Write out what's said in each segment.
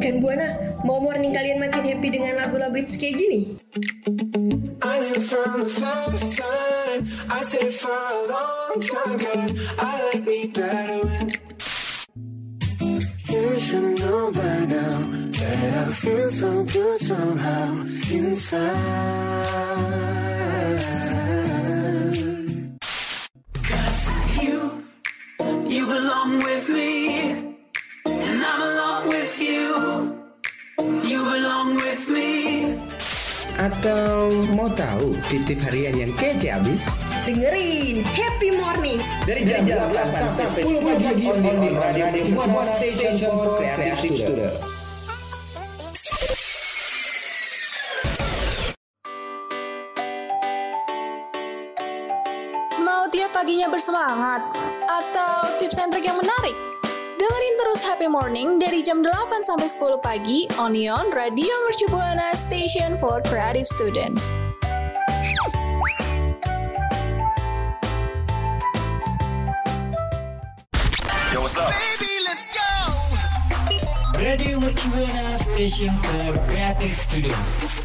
Rekan Buana, mau morning kalian makin happy dengan lagu-lagu hits kayak gini? I knew from the first time, I stayed for a long time, 'cause I like me better when you should know by now that I feel so good somehow inside. 'Cause you belong with me, and I'm along with you. You belong with me. Atau mau tahu tip-tip harian yang kece abis? Dengerin Happy Morning Dari jam 8 sampai 10 pagi on Radio Mercubuana Station for Creative Student. Mau tiap paginya bersemangat? Atau tips and trik yang menarik? Dengerin terus Happy Morning dari jam 8 sampai 10 pagi on Radio Mercubuana Station for Creative Student. Yo, what's up? Baby, let's go. Radio Mercubuana Station for Creative Student.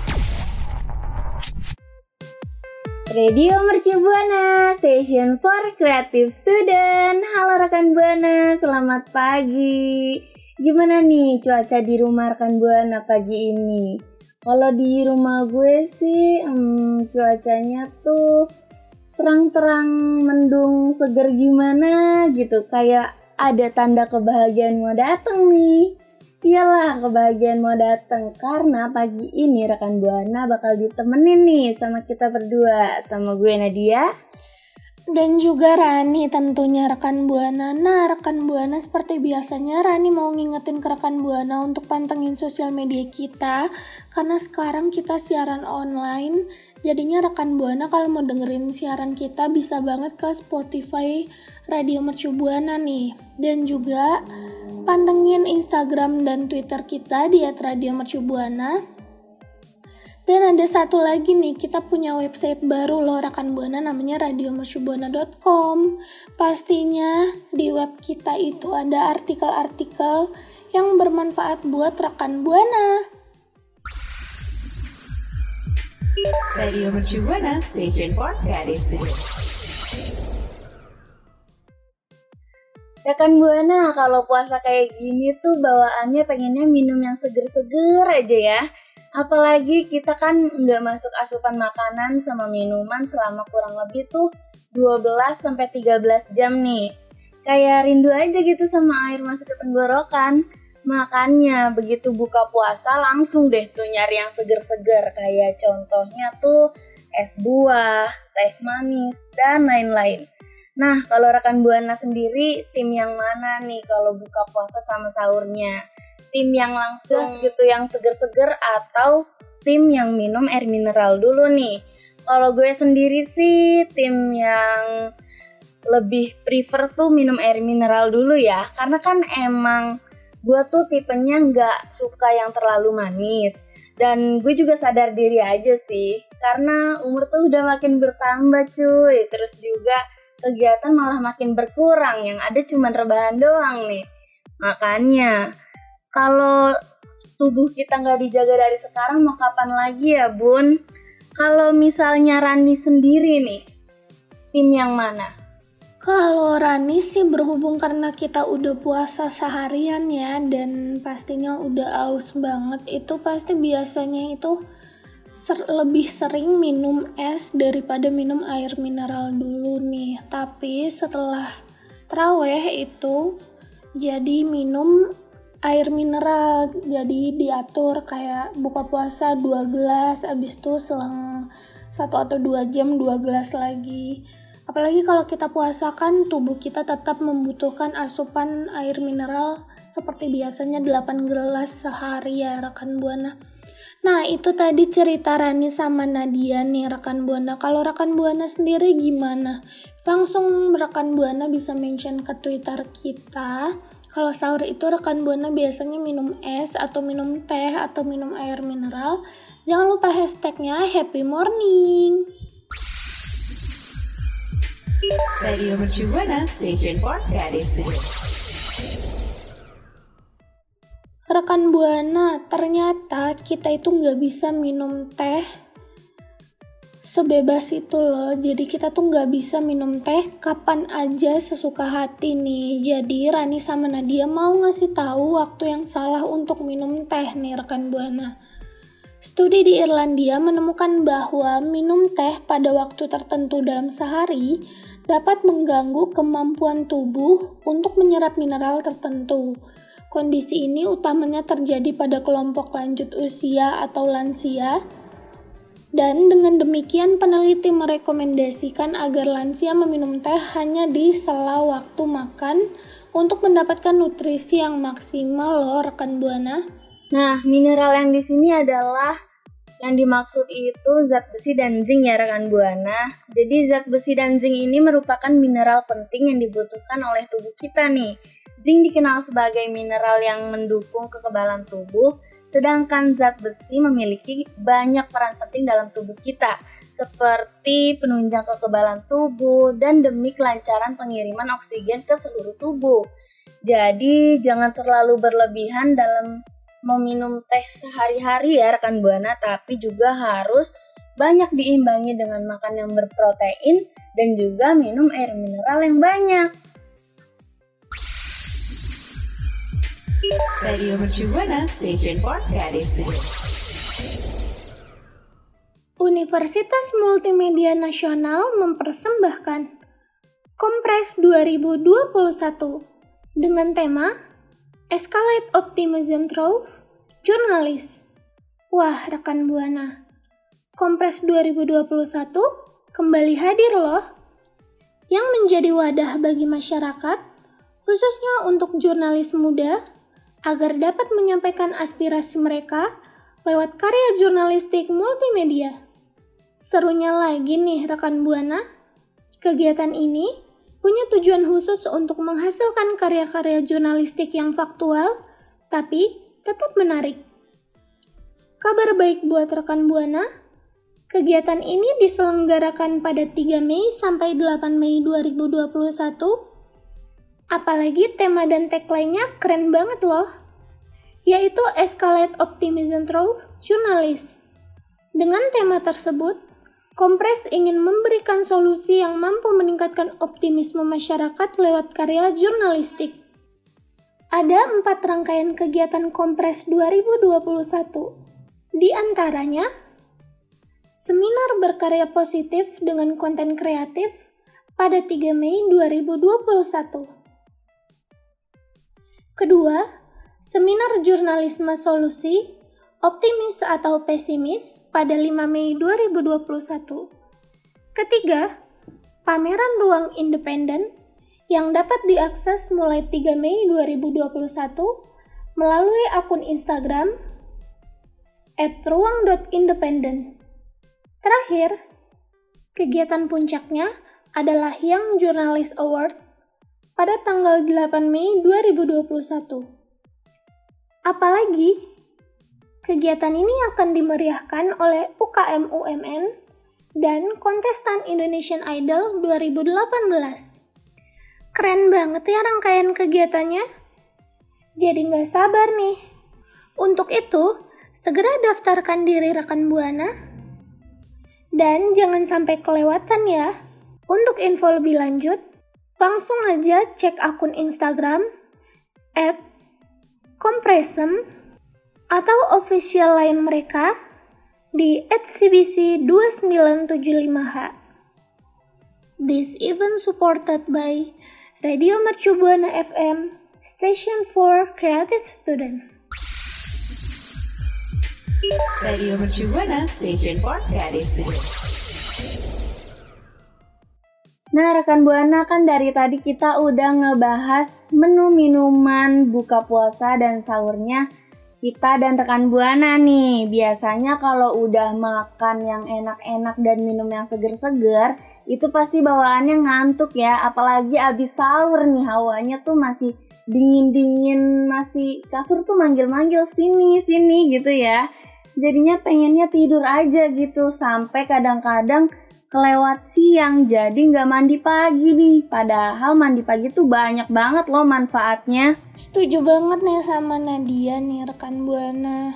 Radio Mercubuana Station for Creative Student. Halo rekan Buana, selamat pagi. Gimana nih cuaca di rumah rekan Buana pagi ini? Kalau di rumah gue sih cuacanya tuh terang-terang, mendung, seger gimana gitu. Kayak ada tanda kebahagiaan mau datang nih. Iyalah, kebahagiaan mau datang karena pagi ini rekan Buana bakal ditemenin nih sama kita berdua, sama gue Nadia Dan juga Rani tentunya rekan Buana. Nah rekan Buana, seperti biasanya Rani mau ngingetin ke rekan Buana untuk pantengin sosial media kita, karena sekarang kita siaran online. Jadinya rekan Buana kalau mau dengerin siaran kita bisa banget ke Spotify Radio Mercubuana nih. Dan juga pantengin Instagram dan Twitter kita di @radiomercubuana. Dan ada satu lagi nih, kita punya website baru loh rekan Buana, namanya radiomercubuana.com. Pastinya di web kita itu ada artikel-artikel yang bermanfaat buat rekan Buana. Radio Mercubuana Station for Creative Student. Rekan Buana, kalau puasa kayak gini tuh bawaannya pengennya minum yang seger-seger aja ya. Apalagi kita kan nggak masuk asupan makanan sama minuman selama kurang lebih tuh 12-13 jam nih. Kayak rindu aja gitu sama air masuk ke tenggorokan. Makanya begitu buka puasa langsung deh tuh nyari yang seger-seger. Kayak contohnya tuh es buah, teh manis, dan lain-lain. Nah, kalau rekan Buana sendiri, tim yang mana nih kalau buka puasa sama sahurnya? Tim yang langsung gitu, yang seger-seger, atau tim yang minum air mineral dulu nih? Kalau gue sendiri sih, tim yang lebih prefer tuh minum air mineral dulu ya. Karena kan emang gue tuh tipenya nggak suka yang terlalu manis. Dan gue juga sadar diri aja sih, karena umur tuh udah makin bertambah cuy. Terus juga kegiatan malah makin berkurang, yang ada cuma rebahan doang nih. Makanya kalau tubuh kita nggak dijaga dari sekarang, mau kapan lagi ya bun? Kalau misalnya Rani sendiri nih, tim yang mana? Kalau Rani sih berhubung karena kita udah puasa seharian ya, dan pastinya udah aus banget, itu pasti biasanya itu lebih sering minum es daripada minum air mineral dulu nih. Tapi setelah tarawih itu jadi minum air mineral, jadi diatur kayak buka puasa 2 gelas, abis itu selang 1 atau 2 jam 2 gelas lagi. Apalagi kalau kita puasa kan tubuh kita tetap membutuhkan asupan air mineral seperti biasanya 8 gelas sehari ya rekan Buana. Nah itu tadi cerita Rani sama Nadia nih rekan Buana. Kalau rekan Buana sendiri gimana? Langsung rekan Buana bisa mention ke Twitter kita. Kalau sahur itu rekan Buana biasanya minum es atau minum teh atau minum air mineral. Jangan lupa hashtagnya Happy Morning. Radio Mercubuana Station for Creative Student. Rekan Buana, ternyata kita itu nggak bisa minum teh sebebas itu loh. Jadi kita tuh nggak bisa minum teh kapan aja sesuka hati nih. Jadi Rani sama Nadia mau ngasih tahu waktu yang salah untuk minum teh nih rekan Buana. Studi di Irlandia menemukan bahwa minum teh pada waktu tertentu dalam sehari dapat mengganggu kemampuan tubuh untuk menyerap mineral tertentu. Kondisi ini utamanya terjadi pada kelompok lanjut usia atau lansia, dan dengan demikian peneliti merekomendasikan agar lansia meminum teh hanya di sela waktu makan untuk mendapatkan nutrisi yang maksimal loh rekan Buana. Nah, mineral yang di sini adalah yang dimaksud itu zat besi dan zinc ya rekan Buana. Jadi zat besi dan zinc ini merupakan mineral penting yang dibutuhkan oleh tubuh kita nih. Zinc dikenal sebagai mineral yang mendukung kekebalan tubuh, sedangkan zat besi memiliki banyak peran penting dalam tubuh kita, seperti penunjang kekebalan tubuh dan demi kelancaran pengiriman oksigen ke seluruh tubuh. Jadi jangan terlalu berlebihan dalam meminum teh sehari-hari ya rekan Buana, tapi juga harus banyak diimbangi dengan makan yang berprotein dan juga minum air mineral yang banyak. Radio Mercu Buana, Station for Creative Studio. Universitas Multimedia Nasional mempersembahkan Kompres 2021 dengan tema Escalate Optimism Through Journalists. Wah, rekan Buana, Kompres 2021 kembali hadir loh, yang menjadi wadah bagi masyarakat, khususnya untuk jurnalis muda, agar dapat menyampaikan aspirasi mereka lewat karya jurnalistik multimedia. Serunya lagi nih rekan Buana, kegiatan ini punya tujuan khusus untuk menghasilkan karya-karya jurnalistik yang faktual, tapi tetap menarik. Kabar baik buat rekan Buana, kegiatan ini diselenggarakan pada 3 Mei sampai 8 Mei 2021. Apalagi tema dan tagline-nya keren banget loh, yaitu Escalate Optimism Through Journalists. Dengan tema tersebut, Kompres ingin memberikan solusi yang mampu meningkatkan optimisme masyarakat lewat karya jurnalistik. Ada 4 rangkaian kegiatan Kompres 2021. Di antaranya, seminar berkarya positif dengan konten kreatif pada 3 Mei 2021. Kedua, seminar jurnalisme solusi, optimis atau pesimis pada 5 Mei 2021. Ketiga, pameran ruang independen yang dapat diakses mulai 3 Mei 2021 melalui akun Instagram @ruang.independen. Terakhir, kegiatan puncaknya adalah Young Journalist Award pada tanggal 8 Mei 2021. Apalagi, kegiatan ini akan dimeriahkan oleh UKM UMN dan kontestan Indonesian Idol 2018. Keren banget ya rangkaian kegiatannya. Jadi nggak sabar nih. Untuk itu, segera daftarkan diri rekan Buana. Dan jangan sampai kelewatan ya. Untuk info lebih lanjut, langsung aja cek akun Instagram @kompresem atau official line mereka di @cbc2975h. This event supported by Radio Mercu Buana FM, Station for Creative Student. Radio Mercu Buana, Station for Creative Studio. Nah rekan Buana, kan dari tadi kita udah ngebahas menu minuman buka puasa dan sahurnya kita dan rekan Buana nih. Biasanya kalau udah makan yang enak-enak dan minum yang seger-seger, itu pasti bawaannya ngantuk ya. Apalagi abis sahur nih, hawanya tuh masih dingin-dingin, masih kasur tuh manggil-manggil sini gitu ya. Jadinya pengennya tidur aja gitu, sampai kadang-kadang kelewat siang jadi nggak mandi pagi nih. Padahal mandi pagi tuh banyak banget loh manfaatnya. Setuju banget nih sama Nadia nih rekan Buana.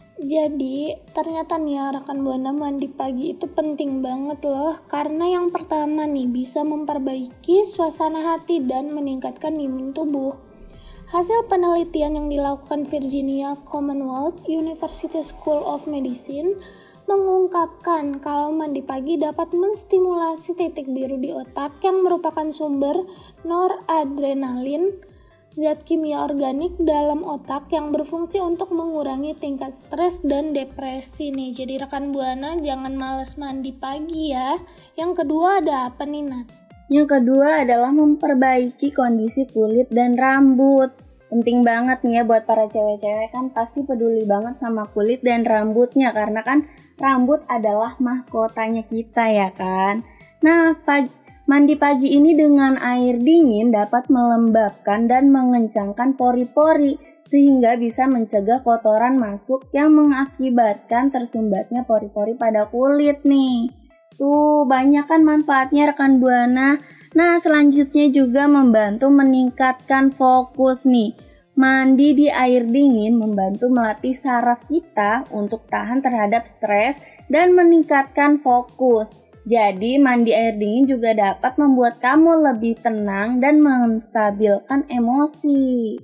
Jadi ternyata nih ya rekan Buana, mandi pagi itu penting banget loh. Karena yang pertama nih bisa memperbaiki suasana hati dan meningkatkan imun tubuh. Hasil penelitian yang dilakukan Virginia Commonwealth University School of Medicine mengungkapkan kalau mandi pagi dapat menstimulasi titik biru di otak yang merupakan sumber noradrenalin, zat kimia organik dalam otak yang berfungsi untuk mengurangi tingkat stres dan depresi nih. Jadi rekan Buana jangan malas mandi pagi ya. Yang kedua ada apa nih Nat? Yang kedua adalah memperbaiki kondisi kulit dan rambut. Penting banget nih ya buat para cewek-cewek, kan pasti peduli banget sama kulit dan rambutnya karena kan rambut adalah mahkotanya kita ya kan. Nah, mandi pagi ini dengan air dingin dapat melembabkan dan mengencangkan pori-pori sehingga bisa mencegah kotoran masuk yang mengakibatkan tersumbatnya pori-pori pada kulit nih. Tuh, banyak kan manfaatnya rekan Buana. Nah, selanjutnya juga membantu meningkatkan fokus nih. Mandi di air dingin membantu melatih saraf kita untuk tahan terhadap stres dan meningkatkan fokus. Jadi, mandi air dingin juga dapat membuat kamu lebih tenang dan menstabilkan emosi.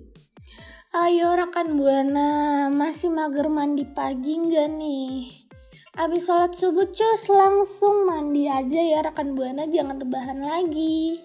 Ayo rekan Buana, masih mager mandi pagi nggak nih? Abis sholat subuh cus langsung mandi aja ya rekan Buana, jangan rebahan lagi.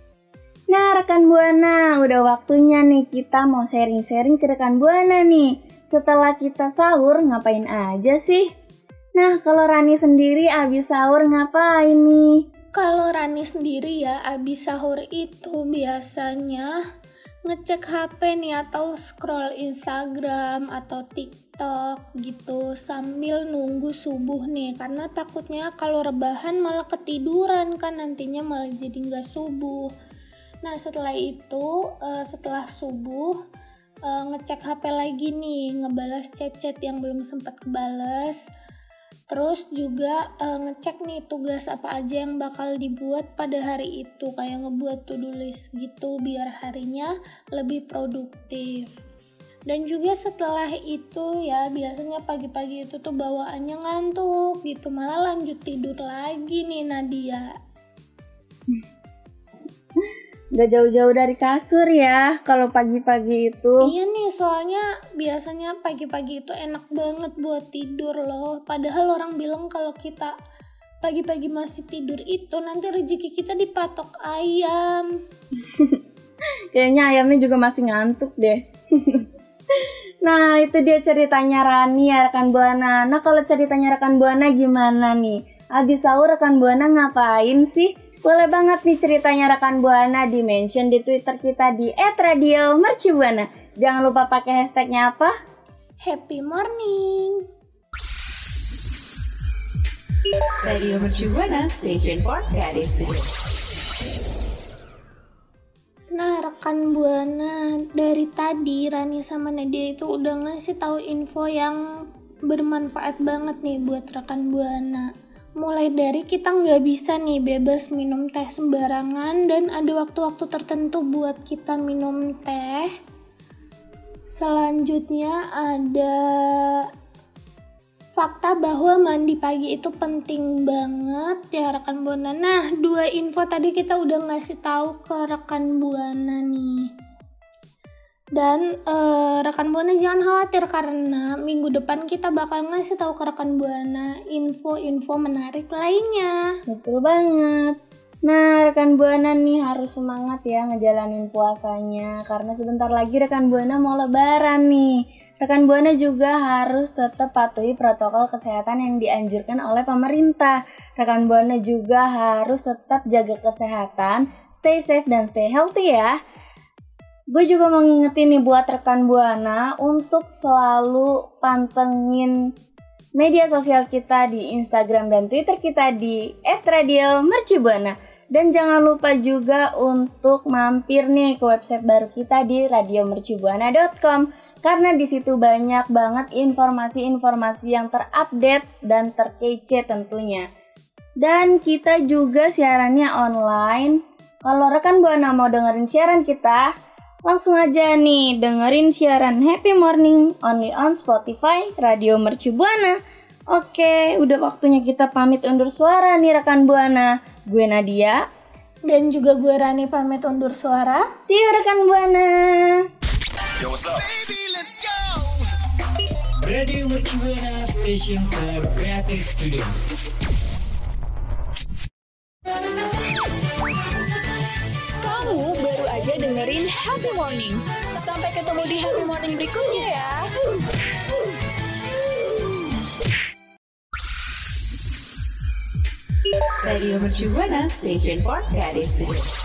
Nah rekan Buana, udah waktunya nih kita mau sharing-sharing ke rekan Buana nih. Setelah kita sahur ngapain aja sih? Nah kalau Rani sendiri abis sahur ngapain nih? Kalau Rani sendiri ya abis sahur itu biasanya ngecek HP nih atau scroll Instagram atau TikTok gitu sambil nunggu subuh nih, karena takutnya kalau rebahan malah ketiduran kan nantinya malah jadi nggak subuh. Nah setelah itu setelah subuh ngecek HP lagi nih, ngebalas chat-chat yang belum sempat kebales. Terus juga ngecek nih tugas apa aja yang bakal dibuat pada hari itu, kayak ngebuat to-do list gitu biar harinya lebih produktif. Dan juga setelah itu ya biasanya pagi-pagi itu tuh bawaannya ngantuk gitu, malah lanjut tidur lagi nih Nadia. Gak jauh-jauh dari kasur ya kalau pagi-pagi itu. Iya nih, soalnya biasanya pagi-pagi itu enak banget buat tidur loh. Padahal orang bilang kalau kita pagi-pagi masih tidur itu nanti rezeki kita dipatok ayam. Kayaknya ayamnya juga masih ngantuk deh. Nah itu dia ceritanya Rani ya rekan Buana. Nah kalau ceritanya rekan Buana gimana nih? Abis sahur rekan Buana ngapain sih? Boleh banget nih ceritanya rekan Buana di mention di Twitter kita di @radiomercubuana. Jangan lupa pakai hashtagnya apa? Happy morning. Radio Mercubuana Station for Creative Studio. Nah rekan Buana, dari tadi Rani sama Nadia itu udah ngasih tahu info yang bermanfaat banget nih buat rekan Buana. Mulai dari kita nggak bisa nih bebas minum teh sembarangan dan ada waktu-waktu tertentu buat kita minum teh. Selanjutnya ada fakta bahwa mandi pagi itu penting banget ya rekan Buana. Nah 2 info tadi kita udah ngasih tahu ke rekan Buana nih. Dan rekan Buana jangan khawatir karena minggu depan kita bakal ngasih tahu ke rekan Buana info-info menarik lainnya. Betul banget. Nah rekan Buana nih harus semangat ya ngejalanin puasanya karena sebentar lagi rekan Buana mau lebaran nih. Rekan Buana juga harus tetap patuhi protokol kesehatan yang dianjurkan oleh pemerintah. Rekan Buana juga harus tetap jaga kesehatan, stay safe dan stay healthy ya. Gue juga mau ngingetin nih buat rekan Buana untuk selalu pantengin media sosial kita di Instagram dan Twitter kita di @radiomercubuana. Dan jangan lupa juga untuk mampir nih ke website baru kita di radiomercubuana.com karena di situ banyak banget informasi-informasi yang terupdate dan terkece tentunya. Dan kita juga siarannya online. Kalau rekan Buana mau dengerin siaran kita, langsung aja nih dengerin siaran Happy Morning only on Spotify Radio Mercu Buana. Oke, udah waktunya kita pamit undur suara nih rekan Buana. Gue Nadia. Dan juga gue Rani pamit undur suara. See you rekan Buana. Yo, what's up? Radio Mercu Buana, Station for Creative Studio. Kamu baru aja dengerin Happy Morning. Sampai ketemu di Happy Morning berikutnya ya. Radio Mercu Buana, Station for Creative Studio.